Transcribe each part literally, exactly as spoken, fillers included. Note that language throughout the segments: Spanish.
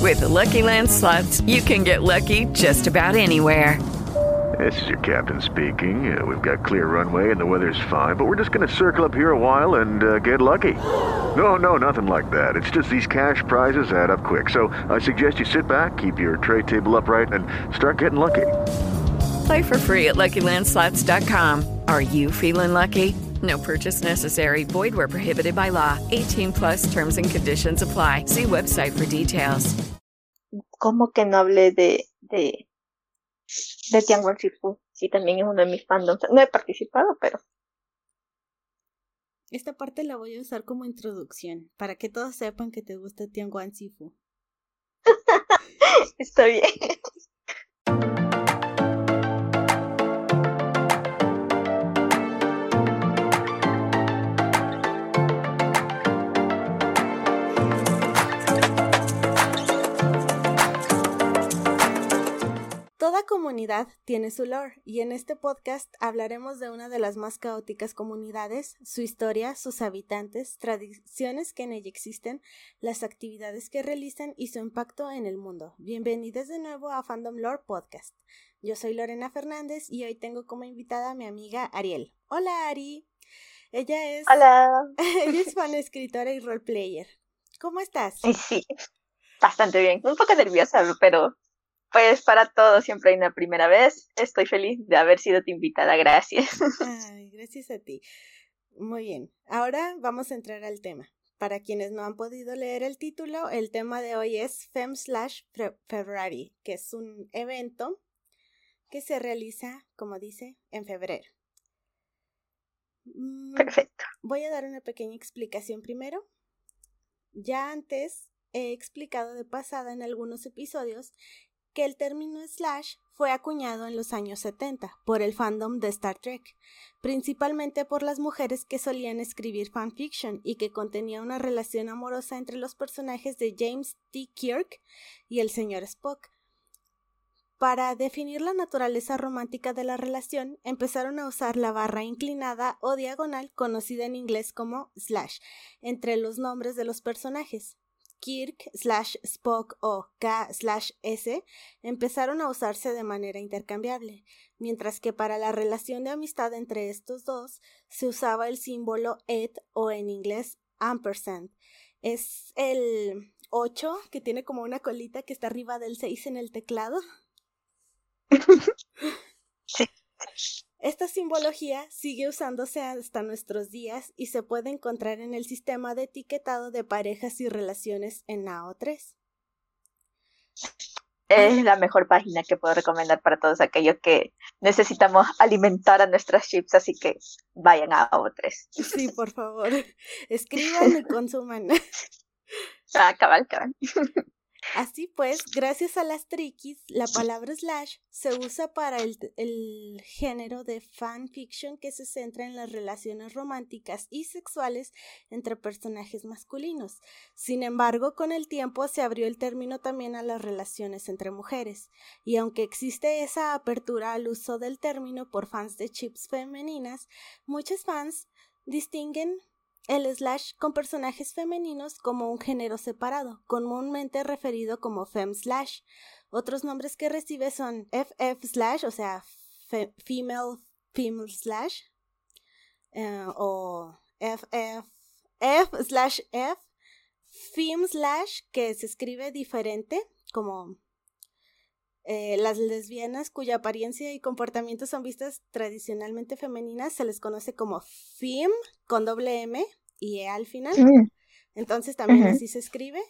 With Lucky Land Slots, you can get lucky just about anywhere. This is your captain speaking. Uh, we've got clear runway and the weather's fine, but we're just going to circle up here a while and uh, get lucky. No, no, nothing like that. It's just these cash prizes add up quick. So I suggest you sit back, keep your tray table upright, and start getting lucky. Play for free at Lucky Land Slots dot com. Are you feeling lucky? No purchase necessary. Void where prohibited by law. eighteen plus terms and conditions apply. See website for details. ¿Cómo que no hablé de, de, de Tianguan Sifu? Sí, también es uno de mis fandoms. No he participado, pero... Esta parte la voy a usar como introducción, para que todos sepan que te gusta Tianguan Sifu. Está bien. Toda comunidad tiene su lore, y en este podcast hablaremos de una de las más caóticas comunidades, su historia, sus habitantes, tradiciones que en ella existen, las actividades que realizan y su impacto en el mundo. Bienvenidos de nuevo a Fandom Lore Podcast. Yo soy Lorena Fernández y hoy tengo como invitada a mi amiga Ariel. Hola, Ari. Ella es... Hola. Ella es fan, escritora y roleplayer. ¿Cómo estás? Sí, bastante bien. Un poco nerviosa, pero... Pues para todo siempre hay una primera vez. Estoy feliz de haber sido tu invitada, gracias. Ay, gracias a ti. Muy bien, ahora vamos a entrar al tema. Para quienes no han podido leer el título, el tema de hoy es Fem Slash February, que es un evento que se realiza, como dice, en febrero. Perfecto. Voy a dar una pequeña explicación primero. Ya antes he explicado de pasada en algunos episodios que el término slash fue acuñado en los años setenta por el fandom de Star Trek, principalmente por las mujeres que solían escribir fanfiction y que contenía una relación amorosa entre los personajes de James T. Kirk y el señor Spock. Para definir la naturaleza romántica de la relación, empezaron a usar la barra inclinada o diagonal, conocida en inglés como slash, entre los nombres de los personajes. Kirk slash Spock o K slash S empezaron a usarse de manera intercambiable, mientras que para la relación de amistad entre estos dos se usaba el símbolo et o en inglés ampersand. Es el ocho que tiene como una colita que está arriba del seis en el teclado. Sí. Esta simbología sigue usándose hasta nuestros días y se puede encontrar en el sistema de etiquetado de parejas y relaciones en A O tres. Es la mejor página que puedo recomendar para todos aquellos que necesitamos alimentar a nuestras chips, así que vayan a A O tres. Sí, por favor, escriban y consuman. Ah, cabal, cabal. Así pues, gracias a las triquis, la palabra slash se usa para el, el género de fanfiction que se centra en las relaciones románticas y sexuales entre personajes masculinos. Sin embargo, con el tiempo se abrió el término también a las relaciones entre mujeres, y aunque existe esa apertura al uso del término por fans de chips femeninas, muchos fans distinguen el slash con personajes femeninos como un género separado, comúnmente referido como fem slash. Otros nombres que recibe son F F slash, o sea, fe- female, female slash, uh, o F F, F slash F, fem slash, que se escribe diferente, como eh, las lesbianas cuya apariencia y comportamiento son vistas tradicionalmente femeninas, se les conoce como fem, con doble M y E al final. Mm. Entonces también uh-huh. así se escribe.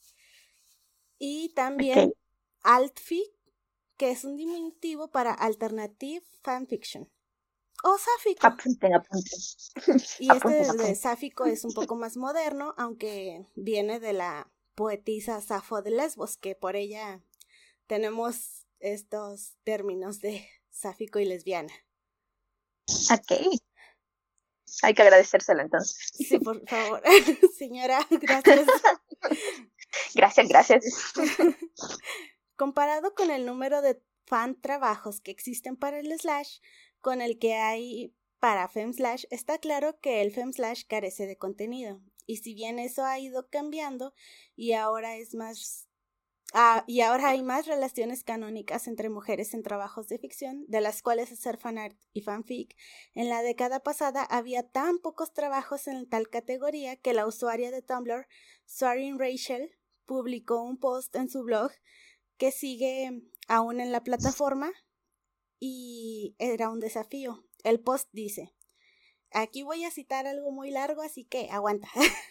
Y también okay. altfic, que es un diminutivo para alternative fanfiction. O sáfico. Apunten, apunten. Y apunten, este apunten. de sáfico es un poco más moderno, aunque viene de la poetisa Safo de Lesbos, que por ella tenemos estos términos de sáfico y lesbiana. Ok. Hay que agradecérselo entonces. Sí, por favor. Señora, gracias. Gracias, gracias. Comparado con el número de fan trabajos que existen para el slash, con el que hay para fem slash, está claro que el fem slash carece de contenido. Y si bien eso ha ido cambiando y ahora es más Ah, y ahora hay más relaciones canónicas entre mujeres en trabajos de ficción, de las cuales hacer fanart y fanfic. En la década pasada había tan pocos trabajos en tal categoría que la usuaria de Tumblr, Soaring Rachel, publicó un post en su blog que sigue aún en la plataforma y era un desafío. El post dice, aquí voy a citar algo muy largo, así que aguanta.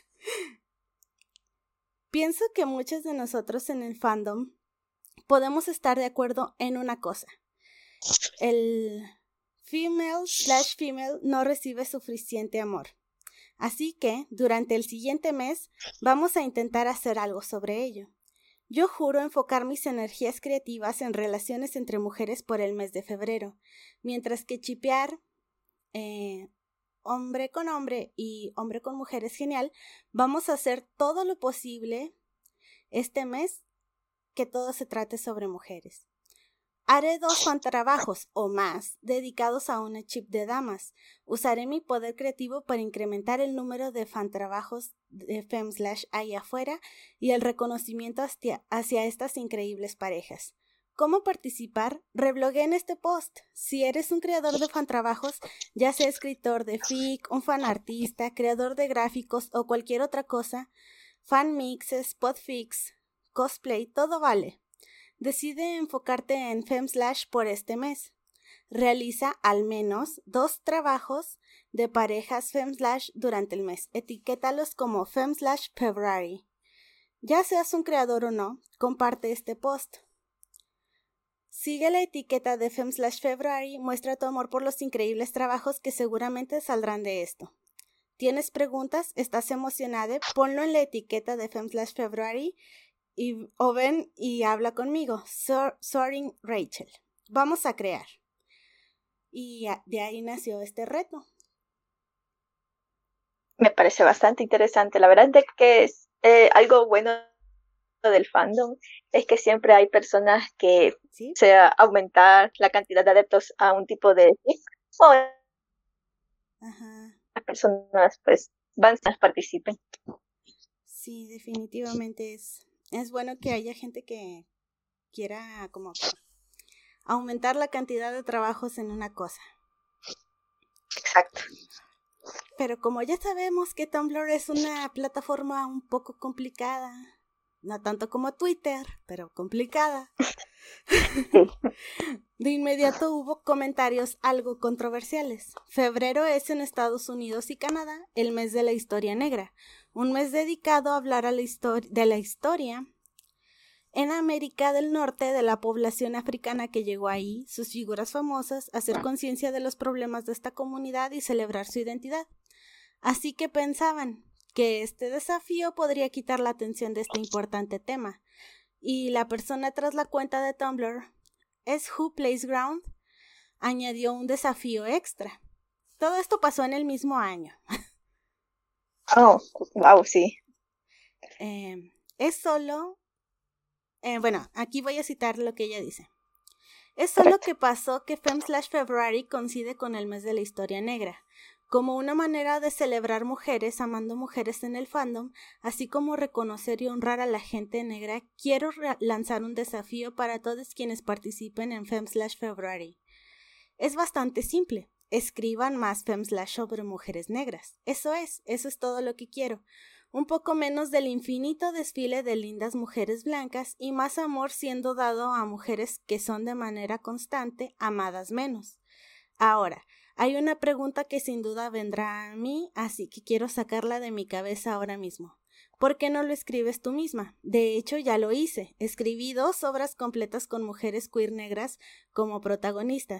Pienso que muchos de nosotros en el fandom podemos estar de acuerdo en una cosa. El female slash female no recibe suficiente amor. Así que, durante el siguiente mes, vamos a intentar hacer algo sobre ello. Yo juro enfocar mis energías creativas en relaciones entre mujeres por el mes de febrero, mientras que chipear eh, hombre con hombre y hombre con mujer es genial, vamos a hacer todo lo posible este mes que todo se trate sobre mujeres. Haré dos fantrabajos o más dedicados a una chip de damas. Usaré mi poder creativo para incrementar el número de fantrabajos de femslash ahí afuera y el reconocimiento hacia, hacia estas increíbles parejas. ¿Cómo participar? Reblogué en este post. Si eres un creador de fantrabajos, ya sea escritor de fic, un fanartista, creador de gráficos o cualquier otra cosa, fanmixes, podfics, cosplay, todo vale. Decide enfocarte en femslash por este mes. Realiza al menos dos trabajos de parejas femslash durante el mes. Etiquétalos como femslash February. Ya seas un creador o no, comparte este post. Sigue la etiqueta de femslash February, muestra tu amor por los increíbles trabajos que seguramente saldrán de esto. ¿Tienes preguntas? ¿Estás emocionada? Ponlo en la etiqueta de femslash February y, o ven y habla conmigo. So, Soaring Rachel. Vamos a crear. Y de ahí nació este reto. Me parece bastante interesante. La verdad es que es eh, algo bueno del fandom es que siempre hay personas que ¿Sí? sea aumentar la cantidad de adeptos a un tipo de o Ajá. las personas pues van a participen. Sí, definitivamente es, es bueno que haya gente que quiera como aumentar la cantidad de trabajos en una cosa. Exacto. Pero como ya sabemos que Tumblr es una plataforma un poco complicada, no tanto como Twitter, pero complicada. De inmediato hubo comentarios algo controversiales. Febrero es en Estados Unidos y Canadá el mes de la historia negra, un mes dedicado a hablar a la histori- de la historia en América del Norte de la población africana que llegó ahí, sus figuras famosas, hacer conciencia de los problemas de esta comunidad y celebrar su identidad. Así que pensaban que este desafío podría quitar la atención de este importante tema. Y la persona tras la cuenta de Tumblr, es Who Plays Ground, añadió un desafío extra. Todo esto pasó en el mismo año. Oh, wow, sí. Eh, es solo... Eh, bueno, aquí voy a citar lo que ella dice. Es solo Correcto. que pasó que femslash February coincide con el mes de la historia negra. Como una manera de celebrar mujeres, amando mujeres en el fandom, así como reconocer y honrar a la gente negra, quiero re- lanzar un desafío para todos quienes participen en femslash February. Es bastante simple. Escriban más femslash sobre mujeres negras. Eso es, eso es todo lo que quiero. Un poco menos del infinito desfile de lindas mujeres blancas y más amor siendo dado a mujeres que son de manera constante amadas menos. Ahora, hay una pregunta que sin duda vendrá a mí, así que quiero sacarla de mi cabeza ahora mismo. ¿Por qué no lo escribes tú misma? De hecho, ya lo hice. Escribí dos obras completas con mujeres queer negras como protagonistas.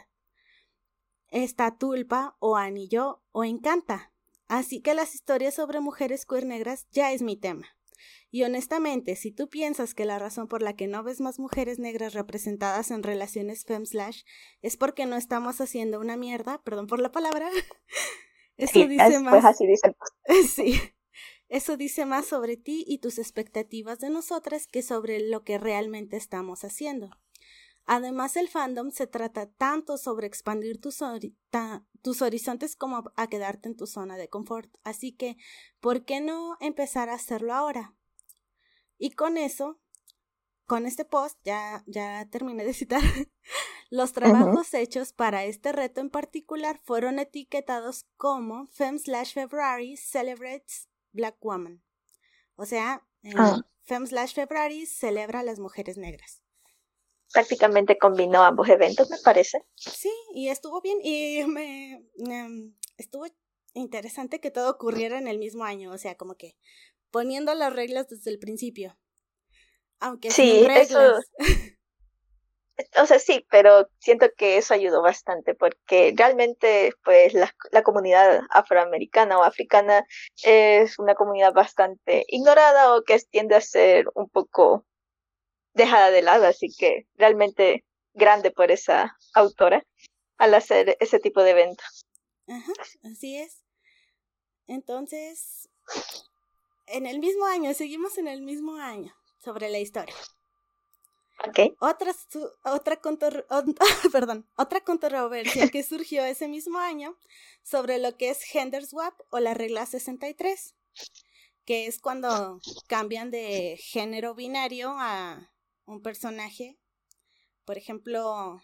Está Tulpa, o Anillo, o Encanta. Así que las historias sobre mujeres queer negras ya es mi tema. Y honestamente, si tú piensas que la razón por la que no ves más mujeres negras representadas en relaciones femslash es porque no estamos haciendo una mierda, perdón por la palabra, eso Sí, dice es, más. pues así dice el post. Sí, eso dice más sobre ti y tus expectativas de nosotras que sobre lo que realmente estamos haciendo. Además, el fandom se trata tanto sobre expandir tus, ori- ta- tus horizontes como a quedarte en tu zona de confort. Así que, ¿por qué no empezar a hacerlo ahora? Y con eso, con este post, ya, ya terminé de citar, los trabajos uh-huh. hechos para este reto en particular fueron etiquetados como Femme slash February Celebrates Black Woman. O sea, eh, uh-huh. Femme slash February celebra a las mujeres negras. Prácticamente combinó ambos eventos, me parece. Sí, y estuvo bien, y me um, estuvo interesante que todo ocurriera en el mismo año, o sea, como que poniendo las reglas desde el principio. Aunque sí, sin reglas. Eso, o sea, sí, pero siento que eso ayudó bastante porque realmente, pues, la, la comunidad afroamericana o africana es una comunidad bastante ignorada o que tiende a ser un poco dejada de lado, así que realmente grande por esa autora al hacer ese tipo de eventos. Ajá, así es. Entonces, en el mismo año, seguimos en el mismo año. Sobre la historia. Okay. Otra, su, otra, contor, oh, perdón, otra controversia que surgió ese mismo año sobre lo que es gender swap o la regla sesenta y tres, que es cuando cambian de género binario a un personaje, por ejemplo,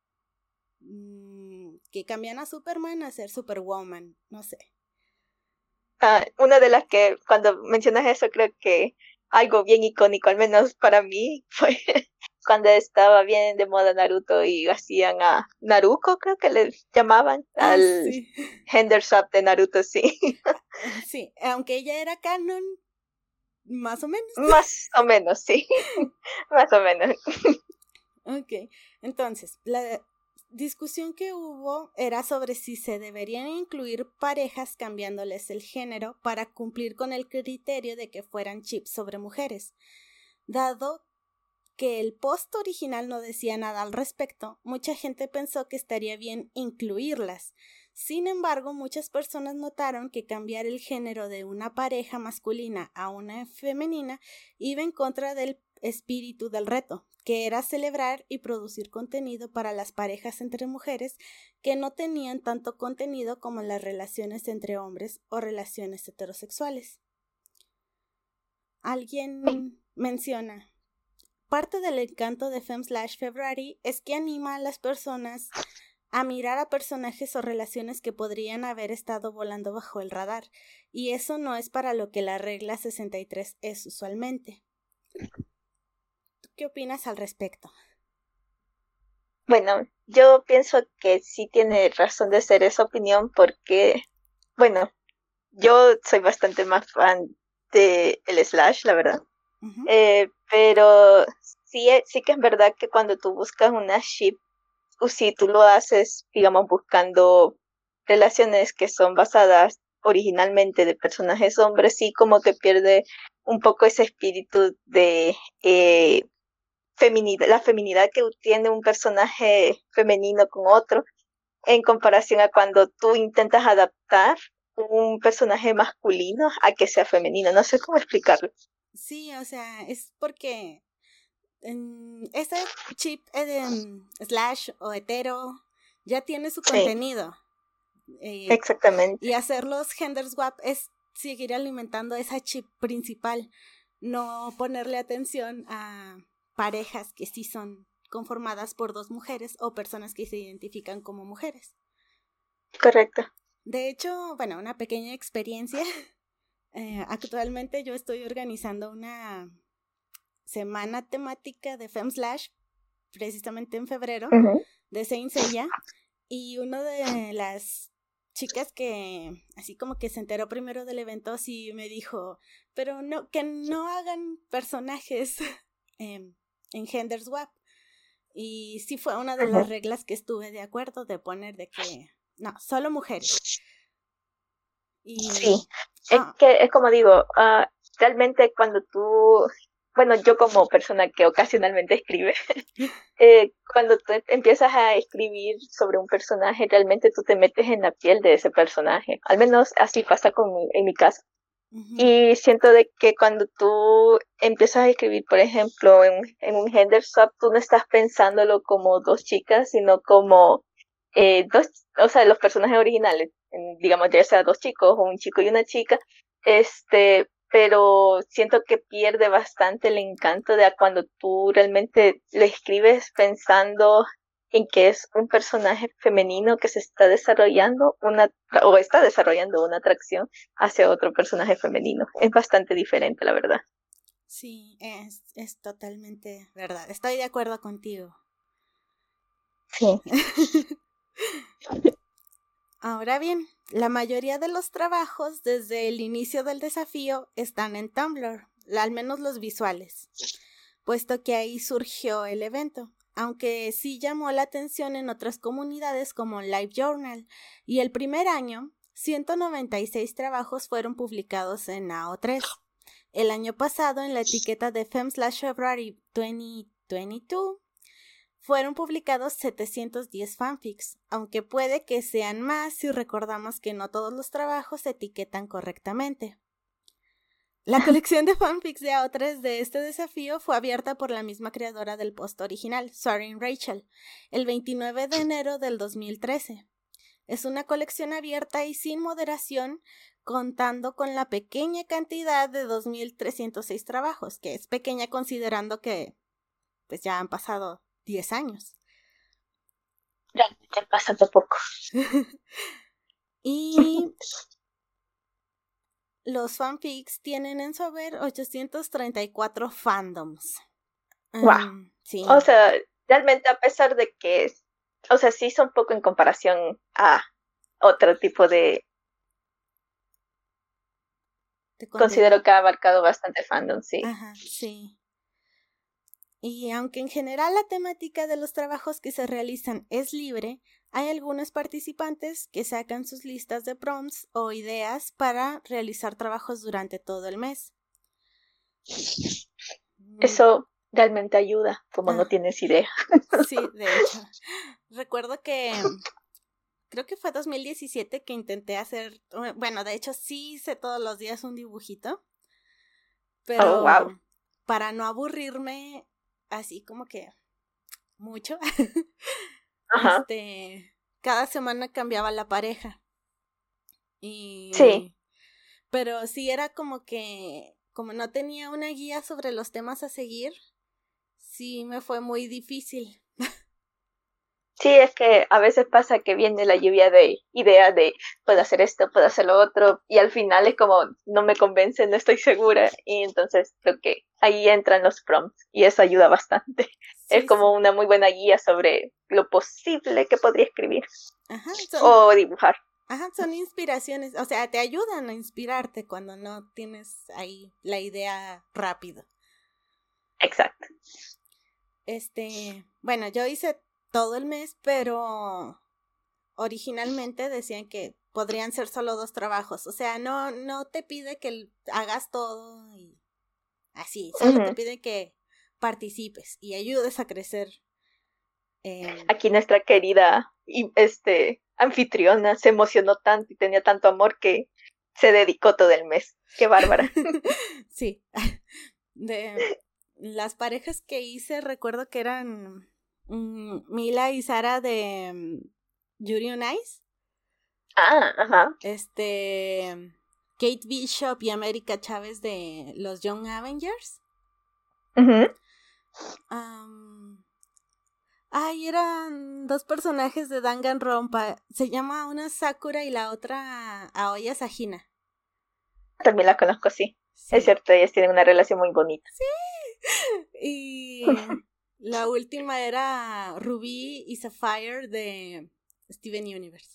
mmm, que cambian a Superman a ser Superwoman, no sé. Uh, una de las que cuando mencionas eso creo que algo bien icónico, al menos para mí, fue cuando estaba bien de moda Naruto y hacían a Naruko, creo que le llamaban, ah, al sí. gender swap de Naruto, sí. Sí, aunque ella era canon, más o menos. Más o menos, sí, más o menos. Ok, entonces, la discusión que hubo era sobre si se deberían incluir parejas cambiándoles el género para cumplir con el criterio de que fueran chips sobre mujeres. Dado que el post original no decía nada al respecto, mucha gente pensó que estaría bien incluirlas. Sin embargo, muchas personas notaron que cambiar el género de una pareja masculina a una femenina iba en contra del espíritu del reto, que era celebrar y producir contenido para las parejas entre mujeres que no tenían tanto contenido como las relaciones entre hombres o relaciones heterosexuales. Alguien menciona, parte del encanto de Femme slash February es que anima a las personas a mirar a personajes o relaciones que podrían haber estado volando bajo el radar, y eso no es para lo que la regla sesenta y tres es usualmente. ¿Qué opinas al respecto? Bueno, yo pienso que sí tiene razón de ser esa opinión porque, bueno, yo soy bastante más fan de el Slash, la verdad. Uh-huh. Eh, pero sí, sí que es verdad que cuando tú buscas una ship, o si tú lo haces, digamos, buscando relaciones que son basadas originalmente de personajes hombres, sí como que pierde un poco ese espíritu de... Eh, Feminidad, la feminidad que tiene un personaje femenino con otro en comparación a cuando tú intentas adaptar un personaje masculino a que sea femenino. No sé cómo explicarlo. Sí, o sea, es porque um, ese chip um, slash o hetero ya tiene su contenido. Sí. Eh, Exactamente. Y hacer los gender swap es seguir alimentando esa chip principal, no ponerle atención a parejas que sí son conformadas por dos mujeres o personas que se identifican como mujeres. Correcto. De hecho, bueno, una pequeña experiencia. Eh, actualmente yo estoy organizando una semana temática de Femme Slash, precisamente en febrero, uh-huh. de Saint Seiya, y una de las chicas que así como que se enteró primero del evento sí me dijo, pero no, que no hagan personajes eh, en gender swap. Y sí fue una de uh-huh. las reglas que estuve de acuerdo de poner de que no, solo mujeres. Y, sí, ah, es que es como digo, uh, realmente cuando tú, bueno, yo como persona que ocasionalmente escribe, eh, cuando tú empiezas a escribir sobre un personaje, realmente tú te metes en la piel de ese personaje. Al menos así pasa con mi, en mi caso. Uh-huh. Y siento de que cuando tú empiezas a escribir, por ejemplo, en, en un gender swap, tú no estás pensándolo como dos chicas, sino como eh, dos, o sea, los personajes originales, digamos ya sea dos chicos o un chico y una chica, este, pero siento que pierde bastante el encanto de cuando tú realmente le escribes pensando en que es un personaje femenino que se está desarrollando una o está desarrollando una atracción hacia otro personaje femenino. Es bastante diferente, la verdad. Sí, es, es totalmente verdad. Estoy de acuerdo contigo. Sí. Ahora bien, la mayoría de los trabajos desde el inicio del desafío están en Tumblr, al menos los visuales, puesto que ahí surgió el evento, aunque sí llamó la atención en otras comunidades como LiveJournal, y el primer año, ciento noventa y seis trabajos fueron publicados en A O tres. El año pasado, en la etiqueta de Fem slash February veinte veintidós, fueron publicados setecientos diez fanfics, aunque puede que sean más si recordamos que no todos los trabajos se etiquetan correctamente. La colección de fanfics de A O tres de este desafío fue abierta por la misma creadora del post original, Soren Rachel, el veintinueve de enero del dos mil trece. Es una colección abierta y sin moderación, contando con la pequeña cantidad de dos mil trescientos seis trabajos, que es pequeña considerando que pues ya han pasado diez años. Ya, ya pasando poco. Y los fanfics tienen en su haber ochocientos treinta y cuatro fandoms. Wow. Um, sí. O sea, realmente a pesar de que, o sea, sí son poco en comparación a otro tipo de... de considero que ha abarcado bastante fandom, sí. Ajá, sí. Y aunque en general la temática de los trabajos que se realizan es libre, hay algunos participantes que sacan sus listas de prompts o ideas para realizar trabajos durante todo el mes. Eso realmente ayuda, como ah, no tienes idea. Sí, de hecho. Recuerdo que creo que fue dos mil diecisiete que intenté hacer, bueno, de hecho sí hice todos los días un dibujito, pero oh, wow. para no aburrirme así como que mucho, Ajá. este, cada semana cambiaba la pareja. Y sí. Pero sí era como que, como no tenía una guía sobre los temas a seguir, sí me fue muy difícil. Sí, es que a veces pasa que viene la lluvia de ideas de puedo hacer esto, puedo hacer lo otro, y al final es como no me convence, no estoy segura, y entonces creo que ahí entran los prompts y eso ayuda bastante. Sí, es como sí. una muy buena guía sobre lo posible que podría escribir. Ajá, son, o dibujar. Ajá, son inspiraciones, o sea, te ayudan a inspirarte cuando no tienes ahí la idea rápido. Exacto. Este, bueno, yo hice todo el mes, pero originalmente decían que podrían ser solo dos trabajos, o sea, no, no te pide que hagas todo y así, solo uh-huh. te pide que participes y ayudes a crecer. Eh... Aquí nuestra querida este, anfitriona se emocionó tanto y tenía tanto amor que se dedicó todo el mes. ¡Qué bárbara! Sí, de las parejas que hice recuerdo que eran Mila y Sara de um, Yuri on Ice. Ah, ajá. Este, Kate Bishop y América Chávez de los Young Avengers. Uh-huh. Um, ay, eran dos personajes de Danganronpa. Se llama una Sakura y la otra Aoya Sajina. También la conozco, sí. sí. Es cierto, ellas tienen una relación muy bonita. Sí. Y la última era Ruby y Sapphire de Steven Universe.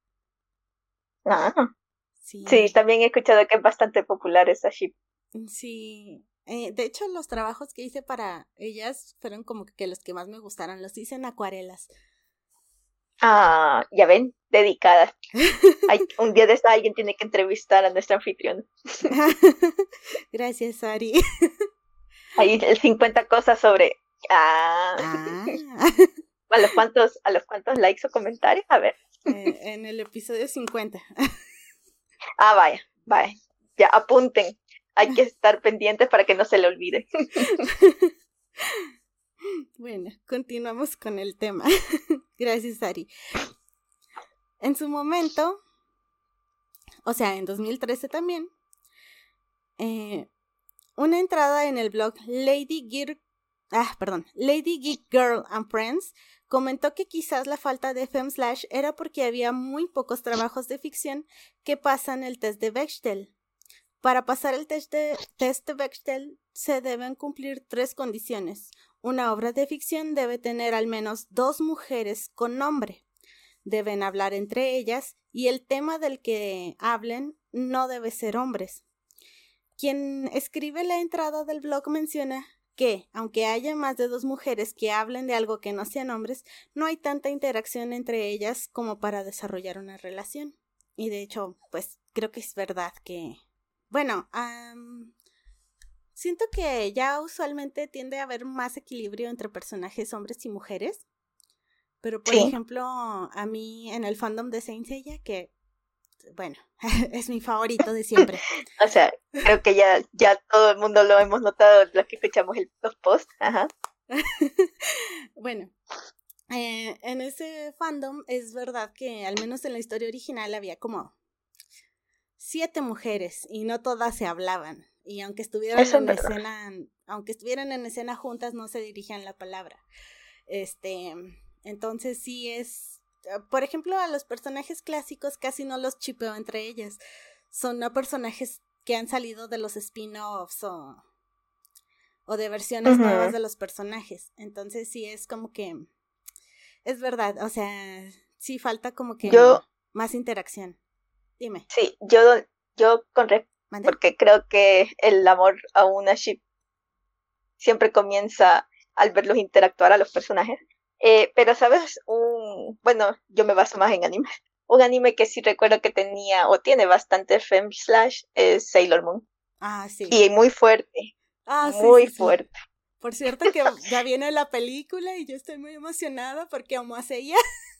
Ah, sí. sí, también he escuchado que es bastante popular esa ship. Sí, eh, de hecho los trabajos que hice para ellas fueron como que los que más me gustaron, los hice en acuarelas. Ah, ya ven, dedicadas. Hay, un día de esta alguien tiene que entrevistar a nuestra anfitriona. Gracias, Ari. Hay cincuenta cosas sobre... Ah. ah. ¿A los cuántos, a los cuántos likes o comentarios? A ver. Eh, en el episodio cincuenta. Ah, vaya, vaya. Ya, apunten. Hay que estar pendientes para que no se le olvide. Bueno, continuamos con el tema. Gracias, Ari. En su momento, o sea, en dos mil trece también, Eh, una entrada en el blog Lady Geek, ah, perdón, Lady Geek Girl and Friends comentó que quizás la falta de femslash era porque había muy pocos trabajos de ficción que pasan el test de Bechdel. Para pasar el test de, test de Bechdel se deben cumplir tres condiciones. Una obra de ficción debe tener al menos dos mujeres con nombre. Deben hablar entre ellas y el tema del que hablen no debe ser hombres. Quien escribe la entrada del blog menciona que, aunque haya más de dos mujeres que hablen de algo que no sean hombres, no hay tanta interacción entre ellas como para desarrollar una relación. Y de hecho, pues creo que es verdad que... Bueno, um, siento que ya usualmente tiende a haber más equilibrio entre personajes hombres y mujeres. Pero, por sí. ejemplo, a mí en el fandom de Saint Seiya, que, bueno, es mi favorito de siempre. O sea, creo que ya, ya todo el mundo lo hemos notado, los que escuchamos el, los posts. Ajá. Bueno, eh, en ese fandom es verdad que al menos en la historia original había como siete mujeres y no todas se hablaban. Y aunque estuvieran en escena, aunque estuvieran en escena juntas, no se dirigían la palabra. Este... Entonces sí es, por ejemplo, a los personajes clásicos casi no los chipeo entre ellas. Son no personajes que han salido de los spin-offs o, o de versiones uh-huh. nuevas de los personajes. Entonces sí es como que, es verdad, o sea, sí falta como que yo, más interacción. Dime. Sí, yo, yo con re- porque creo que el amor a una ship siempre comienza al verlos interactuar a los personajes. Eh, pero, ¿sabes? Un, bueno, yo me baso más en anime. Un anime que sí recuerdo que tenía, o tiene bastante fem slash, es Sailor Moon. Ah, sí. Y muy fuerte. Ah, muy sí, sí, fuerte. Sí. Por cierto que ya viene la película y yo estoy muy emocionada porque amo a Seiya.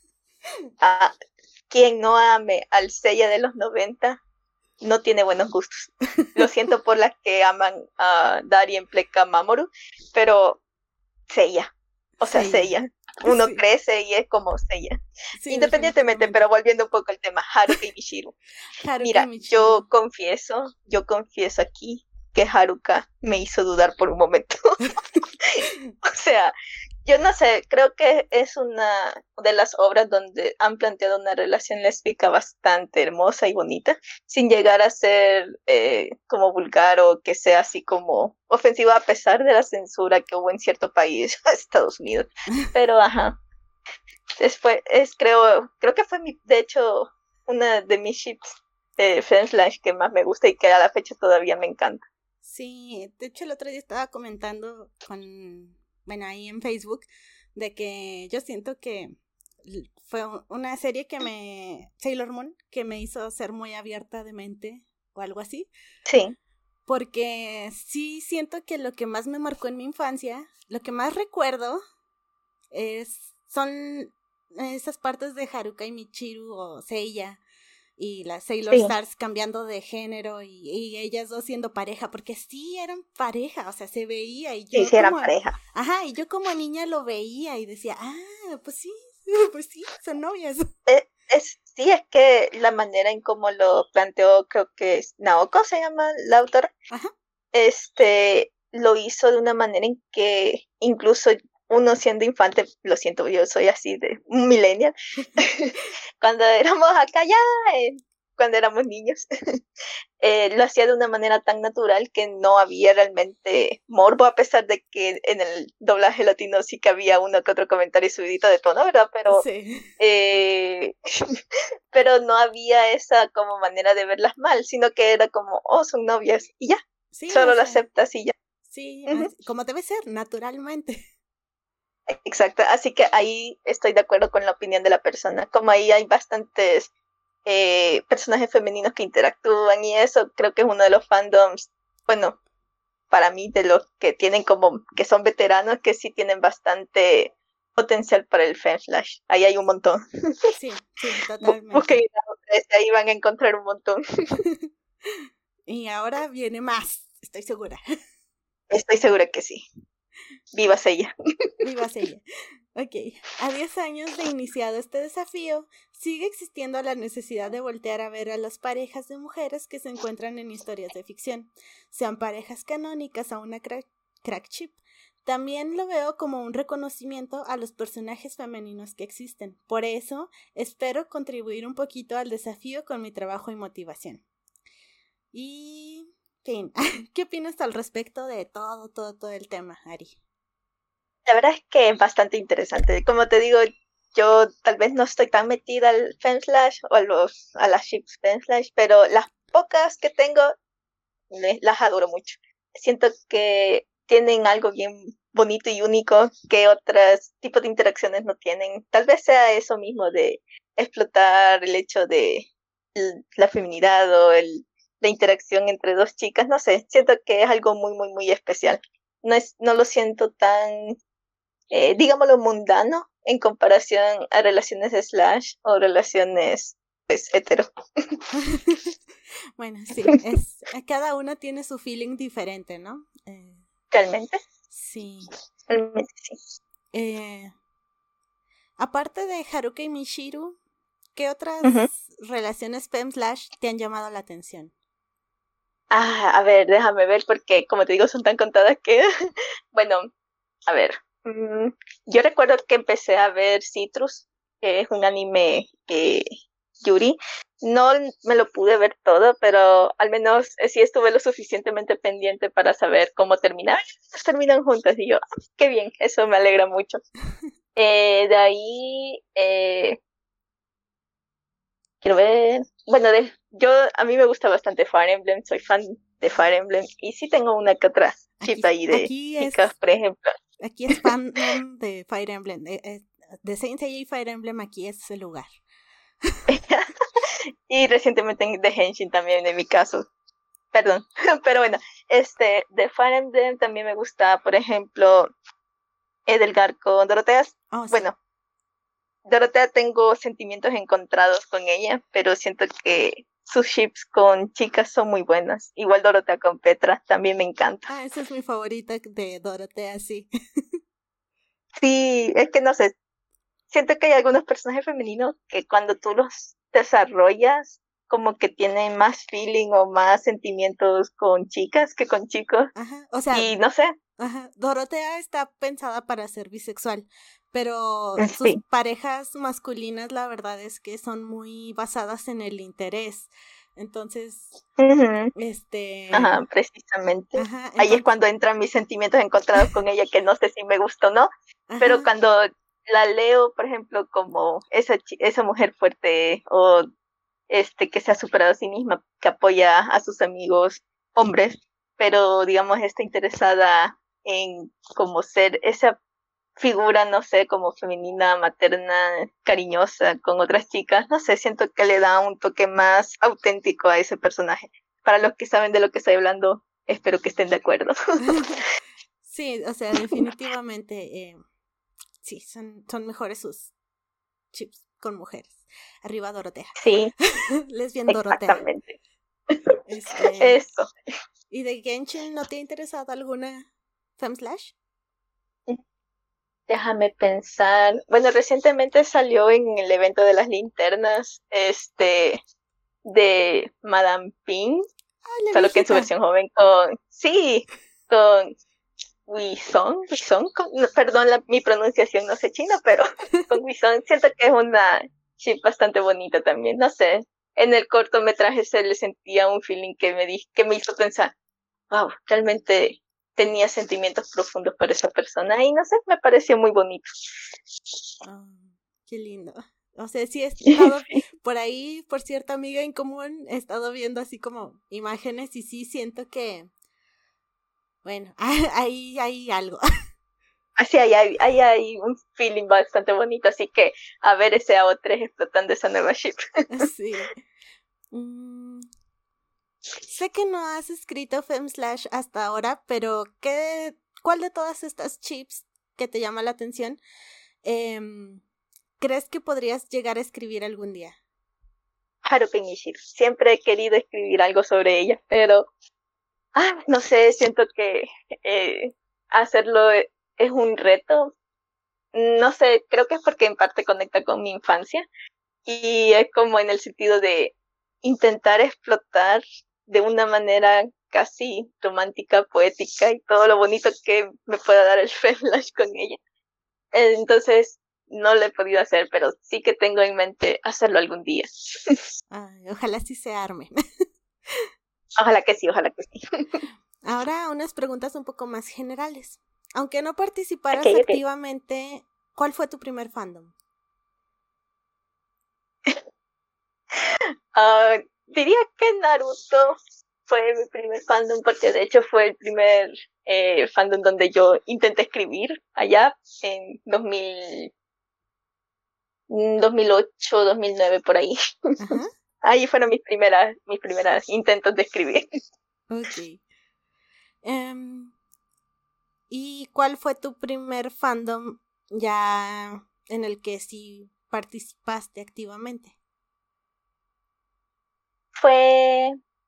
Ah, quien no ame al Seiya de los noventa no tiene buenos gustos. Lo siento por las que aman a Darien, Pleca, Mamoru, pero Seiya. O sea, Seiya. Seiya. Uno sí. crece y es como Seiya. Sí, independientemente, pero volviendo un poco al tema, Haruka y Michiru. Haruka Mira, y Michiru. yo confieso, yo confieso aquí que Haruka me hizo dudar por un momento. O sea, yo no sé, creo que es una de las obras donde han planteado una relación lésbica bastante hermosa y bonita, sin llegar a ser eh, como vulgar o que sea así como ofensiva a pesar de la censura que hubo en cierto país, Estados Unidos. Pero ajá, después es creo, creo que fue mi, de hecho una de mis ships de femslash que más me gusta y que a la fecha todavía me encanta. Sí, de hecho el otro día estaba comentando con, bueno, ahí en Facebook, de que yo siento que fue una serie que me, Sailor Moon, que me hizo ser muy abierta de mente o algo así. Sí. Porque sí siento que lo que más me marcó en mi infancia, lo que más recuerdo es, son esas partes de Haruka y Michiru o Seiya y las Sailor sí. Stars cambiando de género y, y ellas dos siendo pareja, porque sí eran pareja, o sea, se veía y yo sí, sí eran pareja. Ajá, y yo como niña lo veía y decía, ah, pues sí, pues sí, son novias. Es, es, sí, es que la manera en cómo lo planteó, creo que es Naoko se llama la autora, Ajá. este, lo hizo de una manera en que incluso uno siendo infante, lo siento, yo soy así de un millennial, cuando éramos acá ya, eh, cuando éramos niños, eh, lo hacía de una manera tan natural que no había realmente morbo, a pesar de que en el doblaje latino sí que había uno que otro comentario subidito de tono, ¿verdad? Pero, sí. eh, pero no había esa como manera de verlas mal, sino que era como, oh, son novias, y ya, sí, solo o lo sea, aceptas y ya. Sí, uh-huh. Como debe ser, naturalmente. Exacto, así que ahí estoy de acuerdo con la opinión de la persona, como ahí hay bastantes eh, personajes femeninos que interactúan y eso creo que es uno de los fandoms, bueno, para mí de los que tienen como, que son veteranos, que sí tienen bastante potencial para el femslash, ahí hay un montón. Sí, sí, totalmente. Busquen ahí van a encontrar un montón. Y ahora viene más, estoy segura. Estoy segura que sí. Viva Seiya. Viva Seiya. Ok, a diez años de iniciado este desafío, sigue existiendo la necesidad de voltear a ver a las parejas de mujeres que se encuentran en historias de ficción, sean parejas canónicas a una crack, crack ship. También lo veo como un reconocimiento a los personajes femeninos que existen. Por eso, espero contribuir un poquito al desafío con mi trabajo y motivación. Y... fin, ¿qué opinas al respecto de todo, todo, todo el tema, Ari? La verdad es que es bastante interesante. Como te digo, yo tal vez no estoy tan metida al femslash o a, los, a las ships femslash, pero las pocas que tengo les, las adoro mucho. Siento que tienen algo bien bonito y único que otros tipos de interacciones no tienen. Tal vez sea eso mismo de explotar el hecho de el, la feminidad o el, la interacción entre dos chicas. No sé, siento que es algo muy, muy, muy especial. No, es, no lo siento tan... Eh, digámoslo mundano en comparación a relaciones slash o relaciones pues hetero. Bueno, sí, es, cada una tiene su feeling diferente, ¿no? Eh, ¿Realmente? Sí. Realmente sí. Eh, aparte de Haruka y Michiru, ¿qué otras uh-huh. relaciones fem slash te han llamado la atención? Ah, a ver, déjame ver porque como te digo son tan contadas que... bueno, a ver... Yo recuerdo que empecé a ver Citrus, que es un anime eh, Yuri. No me lo pude ver todo, pero al menos eh, sí estuve lo suficientemente pendiente para saber cómo terminar. Pues terminan juntas y yo, ah, qué bien, eso me alegra mucho. eh, de ahí, eh, quiero ver, bueno, de, yo a mí me gusta bastante Fire Emblem, soy fan de Fire Emblem y sí tengo una que otra chip ahí de chicas, es... por ejemplo. Aquí es fandom de Fire Emblem. De, de Saint Seiya y Fire Emblem aquí es el lugar. Y recientemente de Henshin también, en mi caso. Perdón. Pero bueno, este, de Fire Emblem también me gusta, por ejemplo, Edelgard con Dorotea. Oh, sí. Bueno, Dorotea tengo sentimientos encontrados con ella, pero siento que sus ships con chicas son muy buenas. Igual Dorotea con Petra, también me encanta. Ah, esa es mi favorita de Dorotea, sí. Sí, es que no sé, siento que hay algunos personajes femeninos que cuando tú los desarrollas, como que tienen más feeling o más sentimientos con chicas que con chicos. Ajá, o sea, y no sé. Ajá, Dorotea está pensada para ser bisexual, pero sí. Sus parejas masculinas la verdad es que son muy basadas en el interés. Entonces, uh-huh. este... Ajá, precisamente. Ajá, entonces... Ahí es cuando entran mis sentimientos encontrados con ella, que no sé si me gusta o no, Ajá. pero cuando la leo, por ejemplo, como esa, esa mujer fuerte o este que se ha superado a sí misma, que apoya a sus amigos hombres, pero digamos está interesada en como ser esa figura, no sé, como femenina, materna, cariñosa con otras chicas, no sé, siento que le da un toque más auténtico a ese personaje. Para los que saben de lo que estoy hablando, espero que estén de acuerdo. Sí, o sea, definitivamente, eh, sí, son, son mejores sus chips con mujeres. Arriba Dorotea. Sí. Lesbian Dorotea. Exactamente. Este, Eso. ¿Y de Genshin no te ha interesado alguna femslash? Déjame pensar. Bueno, recientemente salió en el evento de las linternas, este, de Madame Ping, ah, solo viejita. Que en su versión joven con, sí, con Wison, Wison, con, no, perdón la, mi pronunciación, no sé chino, pero con Wison siento que es una chip bastante bonita también, no sé. En el cortometraje se le sentía un feeling que me di, que me hizo pensar, wow, realmente tenía sentimientos profundos por esa persona y no sé, me pareció muy bonito. Oh, qué lindo. O sea, sí he estado por ahí, por cierta amiga en común, he estado viendo así como imágenes y sí siento que, bueno, ahí hay algo. Así hay, hay, hay, hay un feeling bastante bonito, así que a ver ese A O tres explotando esa nueva ship. Sí. Mm. Sé que no has escrito femslash hasta ahora, pero ¿qué, ¿cuál de todas estas chips que te llama la atención eh, crees que podrías llegar a escribir algún día? Haruka Nishiro. Siempre he querido escribir algo sobre ella, pero ah, no sé, siento que eh, hacerlo es un reto. no sé, creo que es porque en parte conecta con mi infancia y es como en el sentido de intentar explotar de una manera casi romántica, poética y todo lo bonito que me pueda dar el Flash con ella. Entonces, no lo he podido hacer, pero sí que tengo en mente hacerlo algún día. Ay, ojalá sí se arme. Ojalá que sí, ojalá que sí. Ahora unas preguntas un poco más generales. Aunque no participaras okay, activamente, okay. ¿Cuál fue tu primer fandom? uh, diría que Naruto fue mi primer fandom porque de hecho fue el primer eh, fandom donde yo intenté escribir allá en dos mil, dos mil ocho, dos mil nueve por ahí. Uh-huh. Ahí fueron mis primeras, mis primeras intentos de escribir. Ok. Um, ¿Y cuál fue tu primer fandom ya en el que sí participaste activamente? Fue...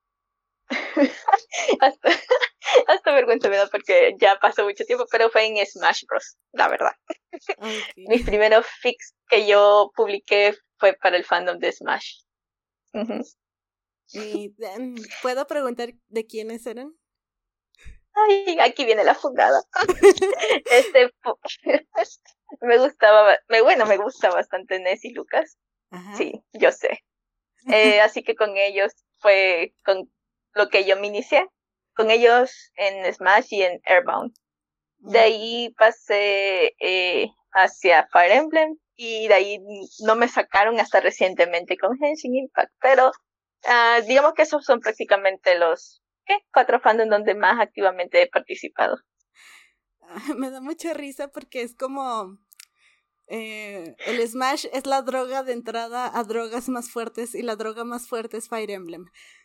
hasta, hasta vergüenza me da porque ya pasó mucho tiempo, pero fue en Smash Bros, la verdad. Okay. Mis primeros fics que yo publiqué fue para el fandom de Smash. Uh-huh. ¿Y puedo preguntar de quiénes eran? Ay, aquí viene la fundada. este me gustaba, me, bueno, me gusta bastante Ness y Lucas. Ajá. Sí, yo sé. Eh, así que con ellos fue con lo que yo me inicié, con ellos en Smash y en Airbound. De ahí pasé eh, hacia Fire Emblem y de ahí no me sacaron hasta recientemente con Genshin Impact, pero uh, digamos que esos son prácticamente los ¿qué? cuatro fandoms donde más activamente he participado. Me da mucha risa porque es como eh, el Smash es la droga de entrada a drogas más fuertes y la droga más fuerte es Fire Emblem.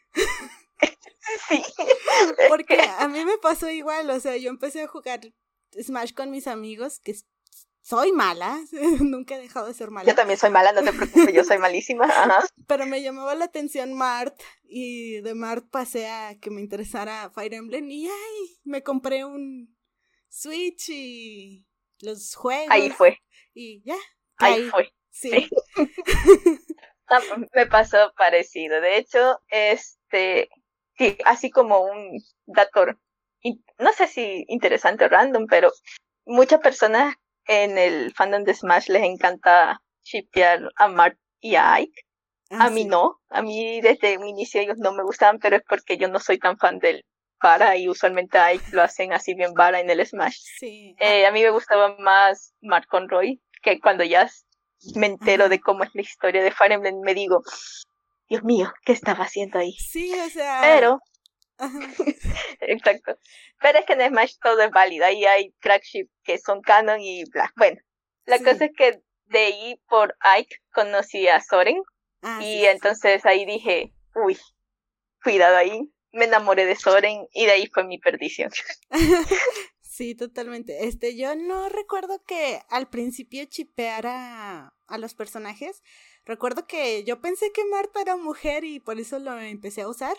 Sí. Porque a mí me pasó igual, o sea, yo empecé a jugar Smash con mis amigos, que soy mala, nunca he dejado de ser mala. Yo también soy mala, no te preocupes, yo soy malísima. Ajá. Pero me llamaba la atención Mart, y de Mart pasé a que me interesara Fire Emblem, y ay, me compré un Switch y los juegos. Ahí fue. Y ya. Ahí, ahí fue. Sí. sí. ah, me pasó parecido. De hecho, este, sí, así como un dato, no sé si interesante o random, pero muchas personas en el fandom de Smash les encanta shippear a Mart y a Ike. Ah, a mí sí. no, a mí desde un inicio ellos no me gustaban, pero es porque yo no soy tan fan del Vara y usualmente a Ike lo hacen así bien Vara en el Smash. Sí. Eh, a mí me gustaba más Mark Conroy, que cuando ya me entero Ajá. de cómo es la historia de Fire Emblem me digo, Dios mío, ¿qué estaba haciendo ahí? Sí, o sea... Pero... Exacto. Pero es que en Smash todo es válido. Ahí hay crackship que son canon y bla. Bueno, la sí. cosa es que de ahí por Ike conocí a Soren. Ah, y sí, entonces sí. ahí dije, uy, cuidado ahí. Me enamoré de Soren y de ahí fue mi perdición. Sí, totalmente. Este, yo no recuerdo que al principio chipeara a los personajes. Recuerdo que yo pensé que Marta era mujer y por eso lo empecé a usar.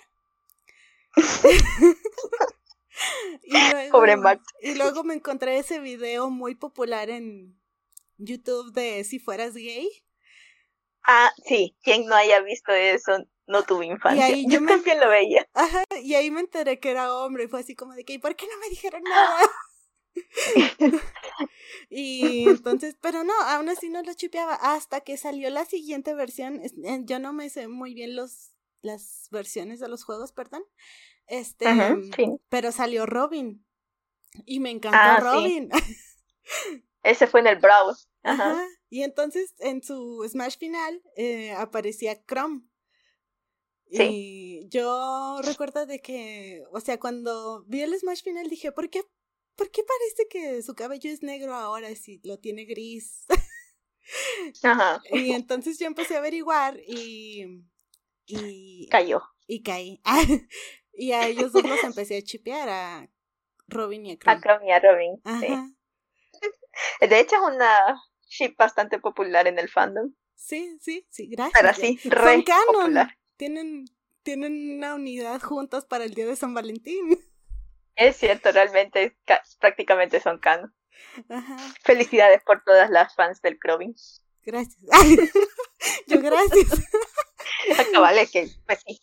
y luego, Pobre Marta. Y luego me encontré ese video muy popular en YouTube de Si Fueras Gay. Ah, sí, quien no haya visto eso no tuvo infancia. Y ahí yo, yo me... también lo veía. Ajá, y ahí me enteré que era hombre y fue así como de que, ¿y por qué no me dijeron nada? Y entonces, pero no, aún así no lo chipeaba hasta que salió la siguiente versión. Yo no me sé muy bien los las versiones de los juegos, perdón. Este, Ajá, sí. Pero salió Robin y me encantó ah, Robin. Sí. Ese fue en el Brawl. Ajá. Ajá. Y entonces en su Smash final eh, aparecía Chrome. Sí. Y yo recuerdo de que, o sea, cuando vi el Smash final dije, ¿por qué, ¿por qué parece que su cabello es negro ahora si lo tiene gris? Ajá. Y entonces yo empecé a averiguar y... y cayó. Y caí. Y a ellos dos los empecé a chipear, a Robin y a Chrome. A Chrome y a Robin, Ajá. Sí. De hecho es una ship bastante popular en el fandom. Sí, sí, sí, gracias. Pero sí, re Son canon. Popular. Tienen, tienen una unidad juntos para el día de San Valentín. Es cierto, realmente ca- prácticamente son canon. Ajá. Felicidades por todas las fans del Crowing. Gracias. Yo gracias. Vale, que pues sí.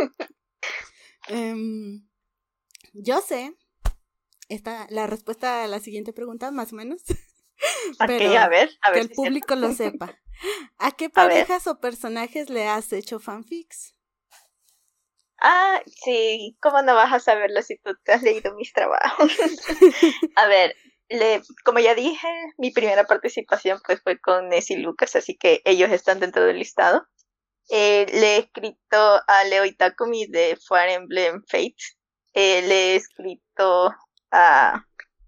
Um, yo sé esta, la respuesta a la siguiente pregunta, más o menos. Pero okay, a ver, a ver que el si público lo sepa. ¿A qué A parejas o personajes le has hecho fanfics? Ah, sí, ¿cómo no vas a saberlo si tú te has leído mis trabajos? A ver, le, como ya dije, mi primera participación pues fue con Ness y Lucas, así que ellos están dentro del listado. Eh, le he escrito a Leo Itakumi de Fire Emblem Fates. Eh, le he escrito a,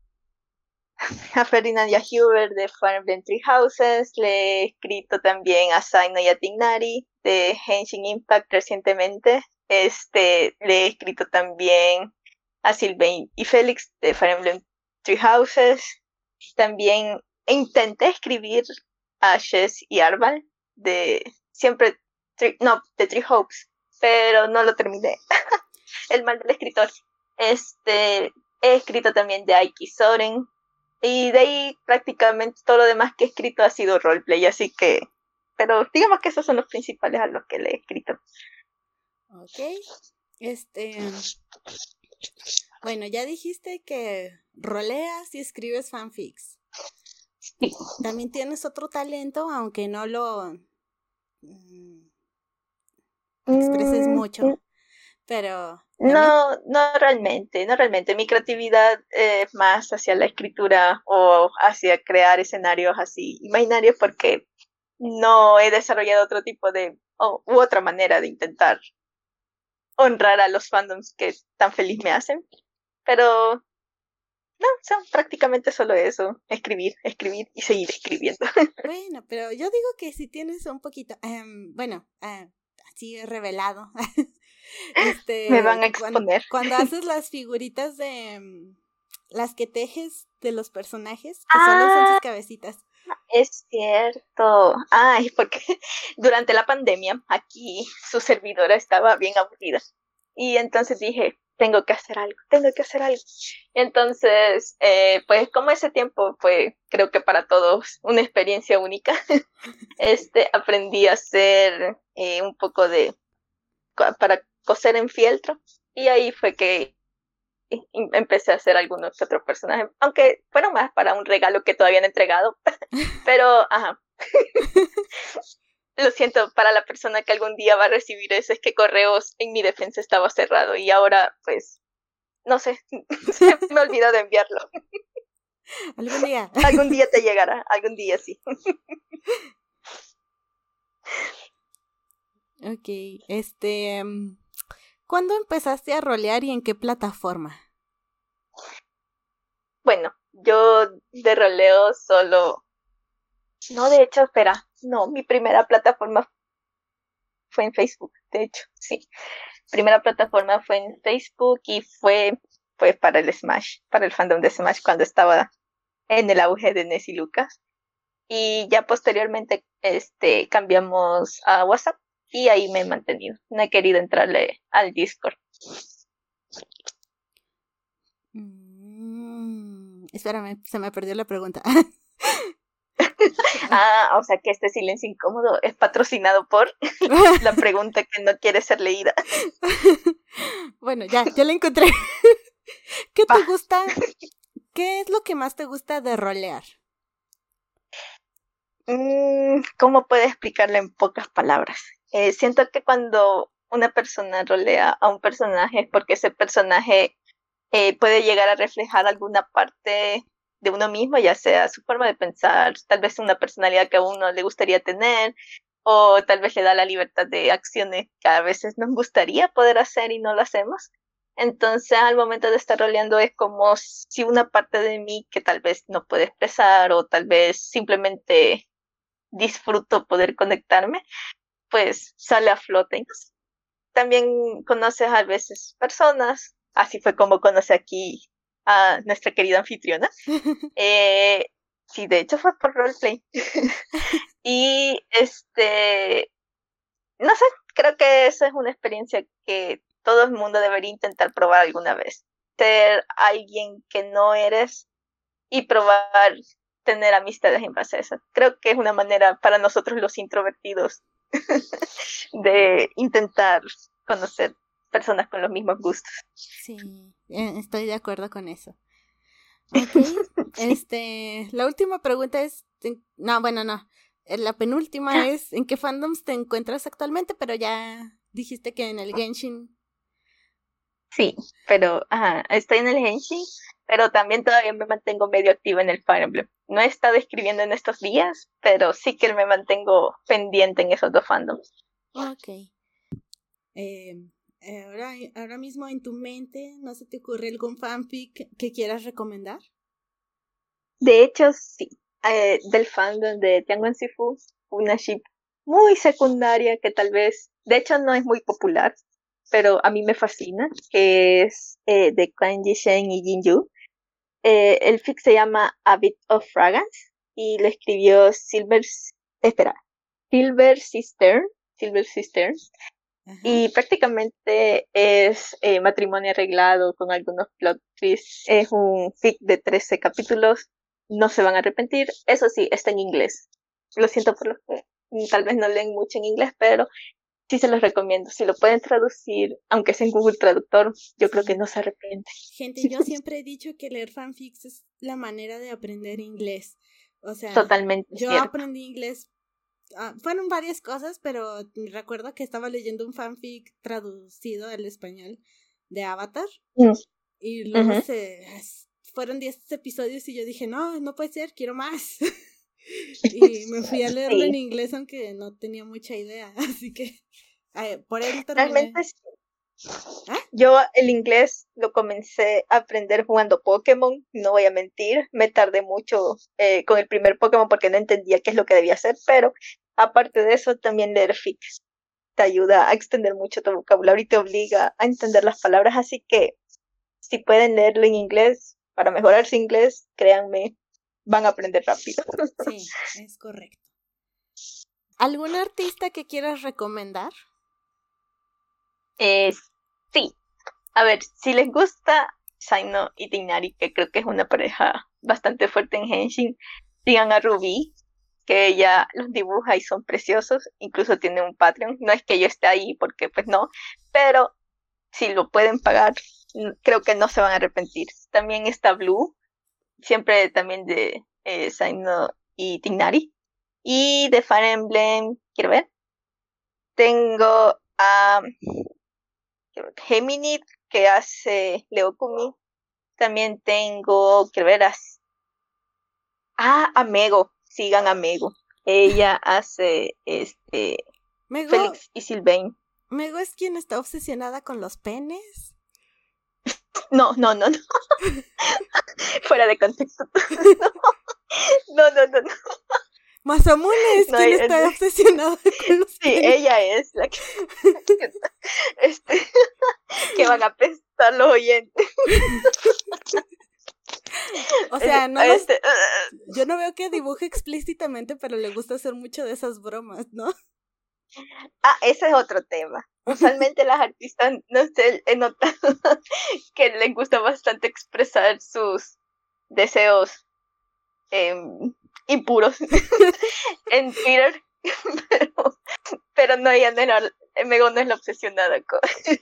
a Ferdinand Yahuber de Fire Emblem Three Houses. Le he escrito también a Saino Yatinari de Henshin Impact recientemente. Este, le he escrito también a Sylvain y Félix de Fire Emblem Three Houses. También intenté escribir a Shes y Arval de siempre Three, no, de Three Hopes, pero no lo terminé. El mal del escritor. Este, he escrito también de Aiki Soren y de ahí prácticamente todo lo demás que he escrito ha sido roleplay, así que, pero digamos que esos son los principales a los que le he escrito. Ok, este, bueno, ya dijiste que roleas y escribes fanfics. Sí. También tienes otro talento, aunque no lo mm, expreses Mm, mucho, pero... No, también... no realmente, no realmente. Mi creatividad es más hacia la escritura o hacia crear escenarios así imaginarios porque no he desarrollado otro tipo de, o, u otra manera de intentar honrar a los fandoms que tan feliz me hacen. Pero no, son prácticamente solo eso, escribir, escribir y seguir escribiendo. Bueno, pero yo digo que si tienes un poquito, um, bueno, uh, así revelado, este, me van a exponer. Cuando, cuando haces las figuritas de, um, las que tejes de los personajes, que ah, solo son sus cabecitas. Es cierto. Ay, porque durante la pandemia aquí su servidora estaba bien aburrida. Y entonces dije, tengo que hacer algo, tengo que hacer algo. Entonces, eh, pues como ese tiempo fue, creo que para todos, una experiencia única, este, aprendí a hacer eh, un poco de, para coser en fieltro. Y ahí fue que empecé a hacer algunos otros personajes, aunque fueron más para un regalo que todavía no he entregado, pero ajá. Lo siento para la persona que algún día va a recibir eso, es que Correos en mi defensa estaba cerrado y ahora pues no sé, se me olvidó de enviarlo. Algún día. Algún día te llegará, algún día sí. Ok, este, ¿cuándo empezaste a rolear y en qué plataforma? Bueno, yo de roleo solo... No, de hecho, espera, no, mi primera plataforma fue en Facebook, de hecho, sí. Primera plataforma fue en Facebook y fue, fue para el Smash, para el fandom de Smash cuando estaba en el auge de Ness y Lucas. Y ya posteriormente este, cambiamos a WhatsApp y ahí me he mantenido. No he querido entrarle al Discord. Mm, espérame, se me perdió la pregunta. Ah, o sea que este silencio incómodo es patrocinado por la pregunta que no quiere ser leída. Bueno, ya, ya la encontré. ¿Qué te gusta? ¿Qué es lo que más te gusta de rolear? Mm, ¿Cómo puedo explicarlo en pocas palabras? Eh, siento que cuando una persona rolea a un personaje es porque ese personaje eh, puede llegar a reflejar alguna parte de uno mismo, ya sea su forma de pensar, tal vez una personalidad que a uno le gustaría tener, o tal vez le da la libertad de acciones que a veces nos gustaría poder hacer y no lo hacemos. Entonces, al momento de estar roleando es como si una parte de mí que tal vez no puede expresar o tal vez simplemente disfruto poder conectarme, pues sale a flote. También conoces a veces personas, así fue como conocí aquí a nuestra querida anfitriona. Eh, sí, de hecho fue por roleplay. Y este, no sé, creo que esa es una experiencia que todo el mundo debería intentar probar alguna vez. Ser alguien que no eres y probar tener amistades en base a eso. Creo que es una manera para nosotros los introvertidos de intentar conocer personas con los mismos gustos. Sí, estoy de acuerdo con eso. Okay. Este, la última pregunta es, no, bueno, no, la penúltima es, ¿en qué fandoms te encuentras actualmente? Pero ya dijiste que en el Genshin. Sí, pero ajá, estoy en el Genshin, pero también todavía me mantengo medio activa en el Fire Emblem. No he estado escribiendo en estos días, pero sí que me mantengo pendiente en esos dos fandoms. Ok. Eh, ahora, ahora mismo en tu mente, ¿no se te ocurre algún fanfic que quieras recomendar? De hecho, sí. Eh, del fandom de Tianguan Sifu, una ship muy secundaria que tal vez, de hecho no es muy popular, pero a mí me fascina, que es eh, de Quan Yishen y Jinju. Eh, el fic se llama A Bit of Fragrance y lo escribió Silver, espera, Silver Sister, Silver Sister. Ajá. Y prácticamente es eh, matrimonio arreglado con algunos plot twists. Es un fic de trece capítulos. No se van a arrepentir. Eso sí, está en inglés. Lo siento por los que tal vez no leen mucho en inglés, pero sí se los recomiendo. Si lo pueden traducir, aunque sea en Google Traductor, yo creo que no se arrepienten. Gente, yo siempre he dicho que leer fanfics es la manera de aprender inglés. O sea, totalmente yo cierto. aprendí inglés. Uh, fueron varias cosas, pero recuerdo que estaba leyendo un fanfic traducido al español de Avatar. Mm. Y luego uh-huh. se... fueron diez episodios y yo dije, no, no puede ser, quiero más. Y me fui a leerlo sí. en inglés, aunque no tenía mucha idea, así que eh, por él terminé. Realmente sí. ¿Ah? Yo el inglés lo comencé a aprender jugando Pokémon, no voy a mentir, me tardé mucho eh, con el primer Pokémon porque no entendía qué es lo que debía hacer, pero aparte de eso también leer fics te ayuda a extender mucho tu vocabulario y te obliga a entender las palabras, así que si pueden leerlo en inglés, para mejorar su inglés, créanme, van a aprender rápido. Sí, es correcto. ¿Algún artista que quieras recomendar? Eh, sí. A ver, si les gusta Zaino y Tighnari, que creo que es una pareja bastante fuerte en Genshin, sigan a Ruby, que ella los dibuja y son preciosos, incluso tiene un Patreon. No es que yo esté ahí porque pues no, pero si lo pueden pagar, creo que no se van a arrepentir. También está Blue, siempre también de eh, Zaino y Tighnari. Y de Fire Emblem, quiero ver, tengo a Geminid, que hace Leokumi. También tengo, quiero ver, a, ah, a Mego, sigan a Mego. Ella hace este Mego, Félix y Sylvain. ¿Mego es quien está obsesionada con los penes? No, no, no, no. Fuera de contexto. No, no, no, no. Masamune es no, quien ella, está obsesionada con los sí, penes. Ella es la que, que, este, que van a pensar los oyentes. O sea, no los, este, uh, yo no veo que dibuje explícitamente, pero le gusta hacer mucho de esas bromas, ¿no? Ah, ese es otro tema. Usualmente las artistas, no sé, he notado que les gusta bastante expresar sus deseos eh, impuros en Twitter, pero, pero no, ella no es la, Mego no es la obsesionada con...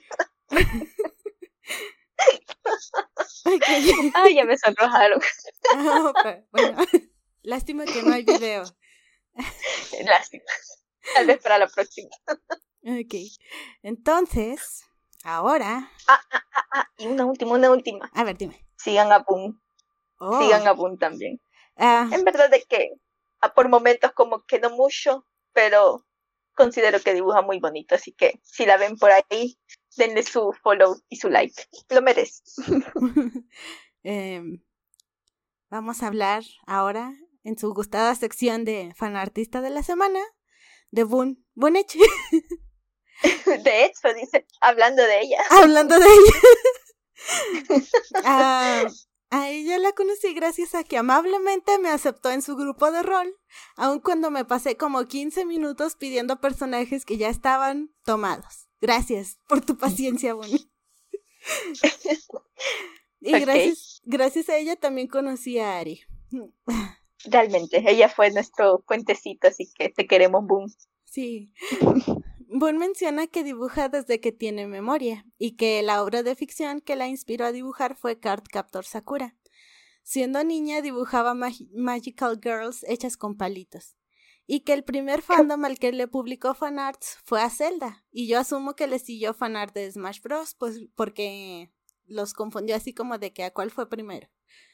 Okay. Ay, ya me sonrojaron. No, pero, bueno, lástima que no hay video. Lástima. Tal vez para la próxima. Ok. Entonces, ahora. Ah, ah, ah, ah. Y una última, una última. A ver, dime. Sigan a Boom. Oh. Sigan a Boom también. Ah. En verdad de que por momentos como que no mucho, pero considero que dibuja muy bonito. Así que si la ven por ahí, denle su follow y su like. Lo merece. eh, vamos a hablar ahora en su gustada sección de fanartista de la semana de Boon Bonechi. De hecho, dice, hablando de ella. Hablando de ella. uh, a ella la conocí gracias a que amablemente me aceptó en su grupo de rol, aun cuando me pasé como quince minutos pidiendo personajes que ya estaban tomados. Gracias por tu paciencia, Boon. Y okay. gracias, gracias a ella también conocí a Ari. Realmente, ella fue nuestro puentecito, así que te queremos, Boom. Sí. Boon menciona que dibuja desde que tiene memoria y que la obra de ficción que la inspiró a dibujar fue Cardcaptor Sakura. Siendo niña dibujaba mag- Magical Girls hechas con palitos. Y que el primer fandom al que le publicó fanarts fue a Zelda. Y yo asumo que le siguió fanart de Smash Bros. Pues porque los confundió así como de que a cuál fue primero.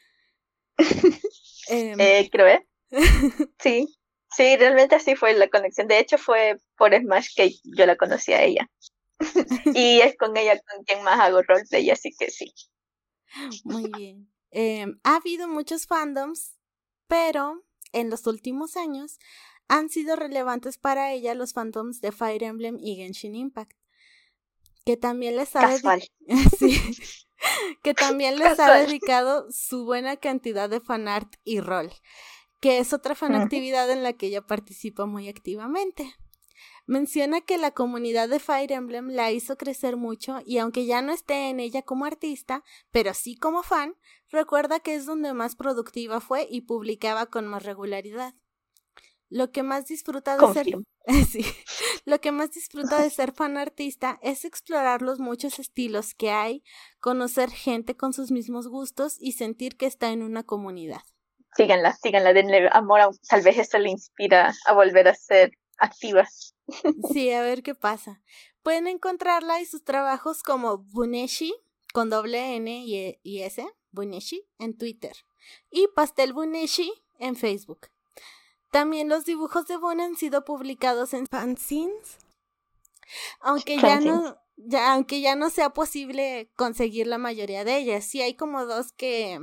eh, eh, creo, ¿eh? Sí. Sí, realmente así fue la conexión. De hecho, fue por Smash que yo la conocí a ella. Y es con ella con quien más hago roleplay, así que sí. Muy bien. Eh, ha habido muchos fandoms, pero en los últimos años han sido relevantes para ella los fandoms de Fire Emblem y Genshin Impact, que también les ha, dedi- sí, que también les Casual. ha dedicado su buena cantidad de fanart y rol, que es otra fan actividad en la que ella participa muy activamente. Menciona que la comunidad de Fire Emblem la hizo crecer mucho y aunque ya no esté en ella como artista, pero sí como fan, recuerda que es donde más productiva fue y publicaba con más regularidad. Lo que más disfruta de Confío. ser sí, lo que más disfruta de ser fan artista es explorar los muchos estilos que hay, conocer gente con sus mismos gustos y sentir que está en una comunidad. Síganla, síganla, denle amor, tal vez esto le inspira a volver a ser activa. Sí, a ver qué pasa. Pueden encontrarla y sus trabajos como Buneshi, con doble N y, y S, Buneshi, en Twitter, y Pastel Buneshi en Facebook. También los dibujos de Boon han sido publicados en fanzines, aunque ya no, ya, aunque ya no sea posible conseguir la mayoría de ellas. Sí hay como dos que,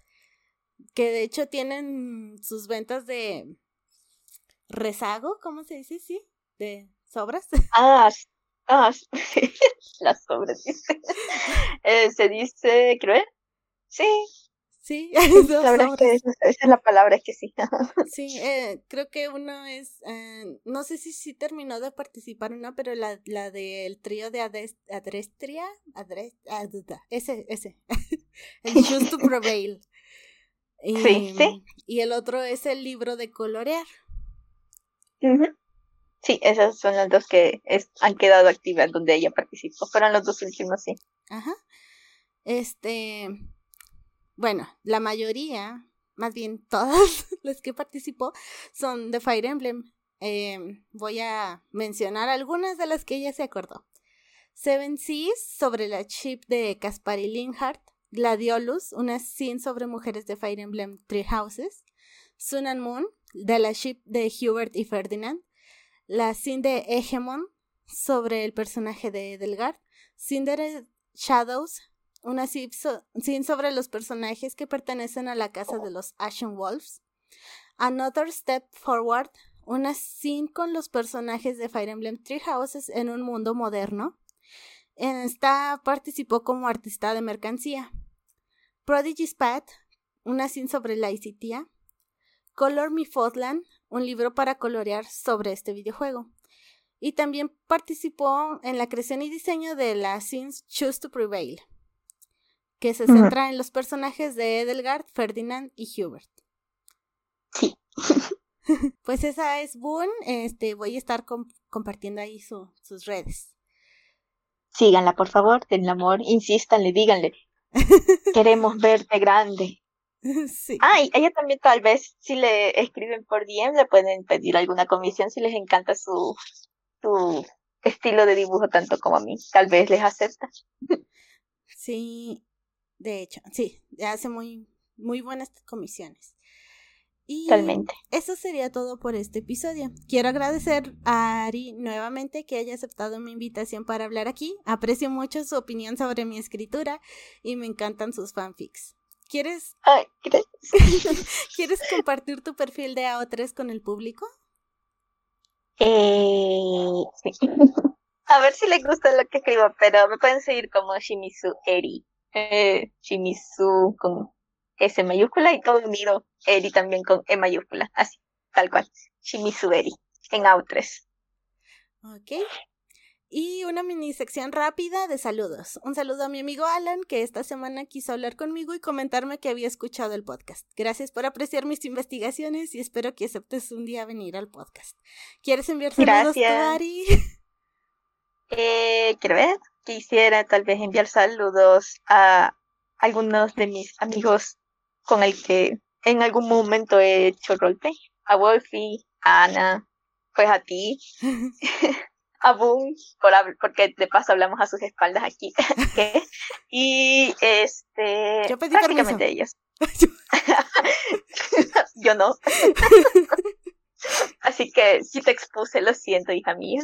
que de hecho tienen sus ventas de rezago, ¿cómo se dice? Sí, de sobras. Ah, ah las sobras, dice. eh, se dice, creo, ¿sí? Sí, la verdad es que esa, esa es la palabra, es que sí. Sí, eh, creo que uno es, eh, no sé si sí terminó de participar una, pero la, la del trío de Adest, Adrestria, Adrest, Aduda, ese, ese, el Choose to Prevail. Y, sí, sí. Y el otro es el libro de colorear. Uh-huh. Sí, esas son las dos que es, han quedado activas donde ella participó. Fueron los dos últimos, sí. Ajá. Este... Bueno, la mayoría, más bien todas las que participó, son de Fire Emblem. Eh, voy a mencionar algunas de las que ella se acordó. Seven Seas, sobre la chip de Caspari Linhardt. Gladiolus, una scene sobre mujeres de Fire Emblem Three Houses. Sun and Moon, de la chip de Hubert y Ferdinand. La scene de Hegemon, sobre el personaje de Edelgard. Cinder Shadows, una scene sobre los personajes que pertenecen a la casa de los Ashen Wolves. Another Step Forward, una scene con los personajes de Fire Emblem Three Houses en un mundo moderno. En esta participó como artista de mercancía. Prodigy's Path, una scene sobre la Isitia. Color Me Fodlan, un libro para colorear sobre este videojuego. Y también participó en la creación y diseño de la scene Choose to Prevail, que se centra uh-huh. en los personajes de Edelgard, Ferdinand y Hubert. Sí. Pues esa es Boon. Este, voy a estar comp- compartiendo ahí su, sus redes. Síganla, por favor, denle amor, insístanle, díganle. Queremos verte grande. Sí. Ah, y ella también tal vez, si le escriben por D M, le pueden pedir alguna comisión si les encanta su, su estilo de dibujo tanto como a mí. Tal vez les acepta. Sí, de hecho, sí, hace muy, muy buenas comisiones. Y Totalmente. Eso sería todo por este episodio. Quiero agradecer a Ari nuevamente que haya aceptado mi invitación para hablar aquí. Aprecio mucho su opinión sobre mi escritura y me encantan sus fanfics. ¿Quieres, Ay, ¿Quieres compartir tu perfil de A O tres con el público? Eh, sí. A ver si les gusta lo que escribo, pero me pueden seguir como Shimizu Eri. Eh, Shimizu con S mayúscula y todo unido. Eri también con E mayúscula. Así, tal cual. Shimizu Eri en A O tres. Ok. Y una mini sección rápida de saludos. Un saludo a mi amigo Alan, que esta semana quiso hablar conmigo y comentarme que había escuchado el podcast. Gracias por apreciar mis investigaciones y espero que aceptes un día venir al podcast. ¿Quieres enviar saludos tú, Ari? Eh, quiero ver. Quisiera tal vez enviar saludos a algunos de mis amigos con el que en algún momento he hecho roleplay. A Wolfie, a Ana, pues a ti. A Boom, por, porque de paso hablamos a sus espaldas aquí. ¿Qué? Y este Yo pedí prácticamente ellos. Yo no. Así que si te expuse, lo siento, hija mía.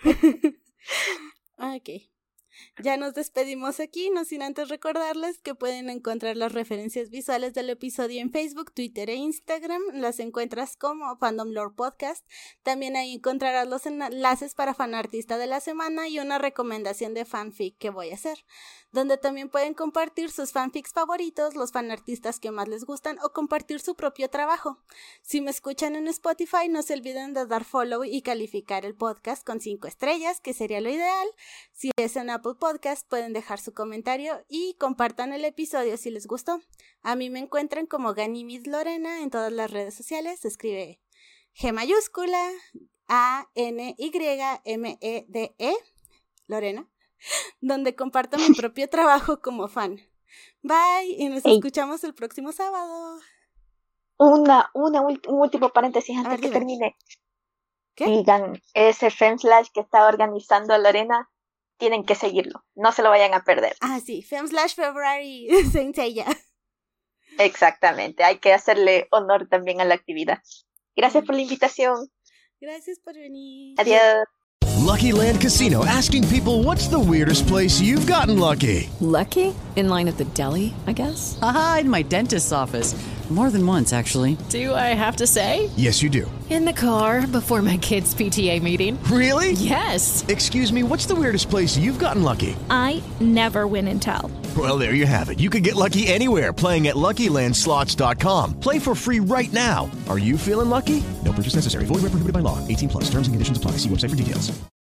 Ok. Ya nos despedimos aquí, no sin antes recordarles que pueden encontrar las referencias visuales del episodio en Facebook, Twitter e Instagram. Las encuentras como Fandom Lore Podcast. También ahí encontrarás los enlaces para fanartista de la semana y una recomendación de fanfic que voy a hacer, donde también pueden compartir sus fanfics favoritos, los fanartistas que más les gustan o compartir su propio trabajo. Si me escuchan en Spotify, no se olviden de dar follow y calificar el podcast con cinco estrellas, que sería lo ideal. Si es en Apple Podcast, pueden dejar su comentario y compartan el episodio si les gustó. A mí me encuentran como Ganymede Lorena en todas las redes sociales. Se escribe G mayúscula A N Y M E D E Lorena, donde comparto mi propio trabajo como fan. Bye y nos Ey. escuchamos el próximo sábado. Una, una un último paréntesis antes ver, que dime. termine. ¿Qué? Digan, ese Femslash que está organizando Lorena, tienen que seguirlo, no se lo vayan a perder. Ah, sí, Femslash February Saint Seiya. Exactamente, hay que hacerle honor también a la actividad. Gracias por la invitación. Gracias por venir. Adiós. Lucky Land Casino, asking people, what's the weirdest place you've gotten lucky? Lucky? In line at the deli, I guess? Aha, in my dentist's office. More than once, actually. Do I have to say? Yes, you do. In the car before my kids' P T A meeting. Really? Yes. Excuse me, what's the weirdest place you've gotten lucky? I never win and tell. Well, there you have it. You can get lucky anywhere, playing at Lucky Land Slots dot com. Play for free right now. Are you feeling lucky? No purchase necessary. Void where prohibited by law. eighteen plus. Terms and conditions apply. See website for details.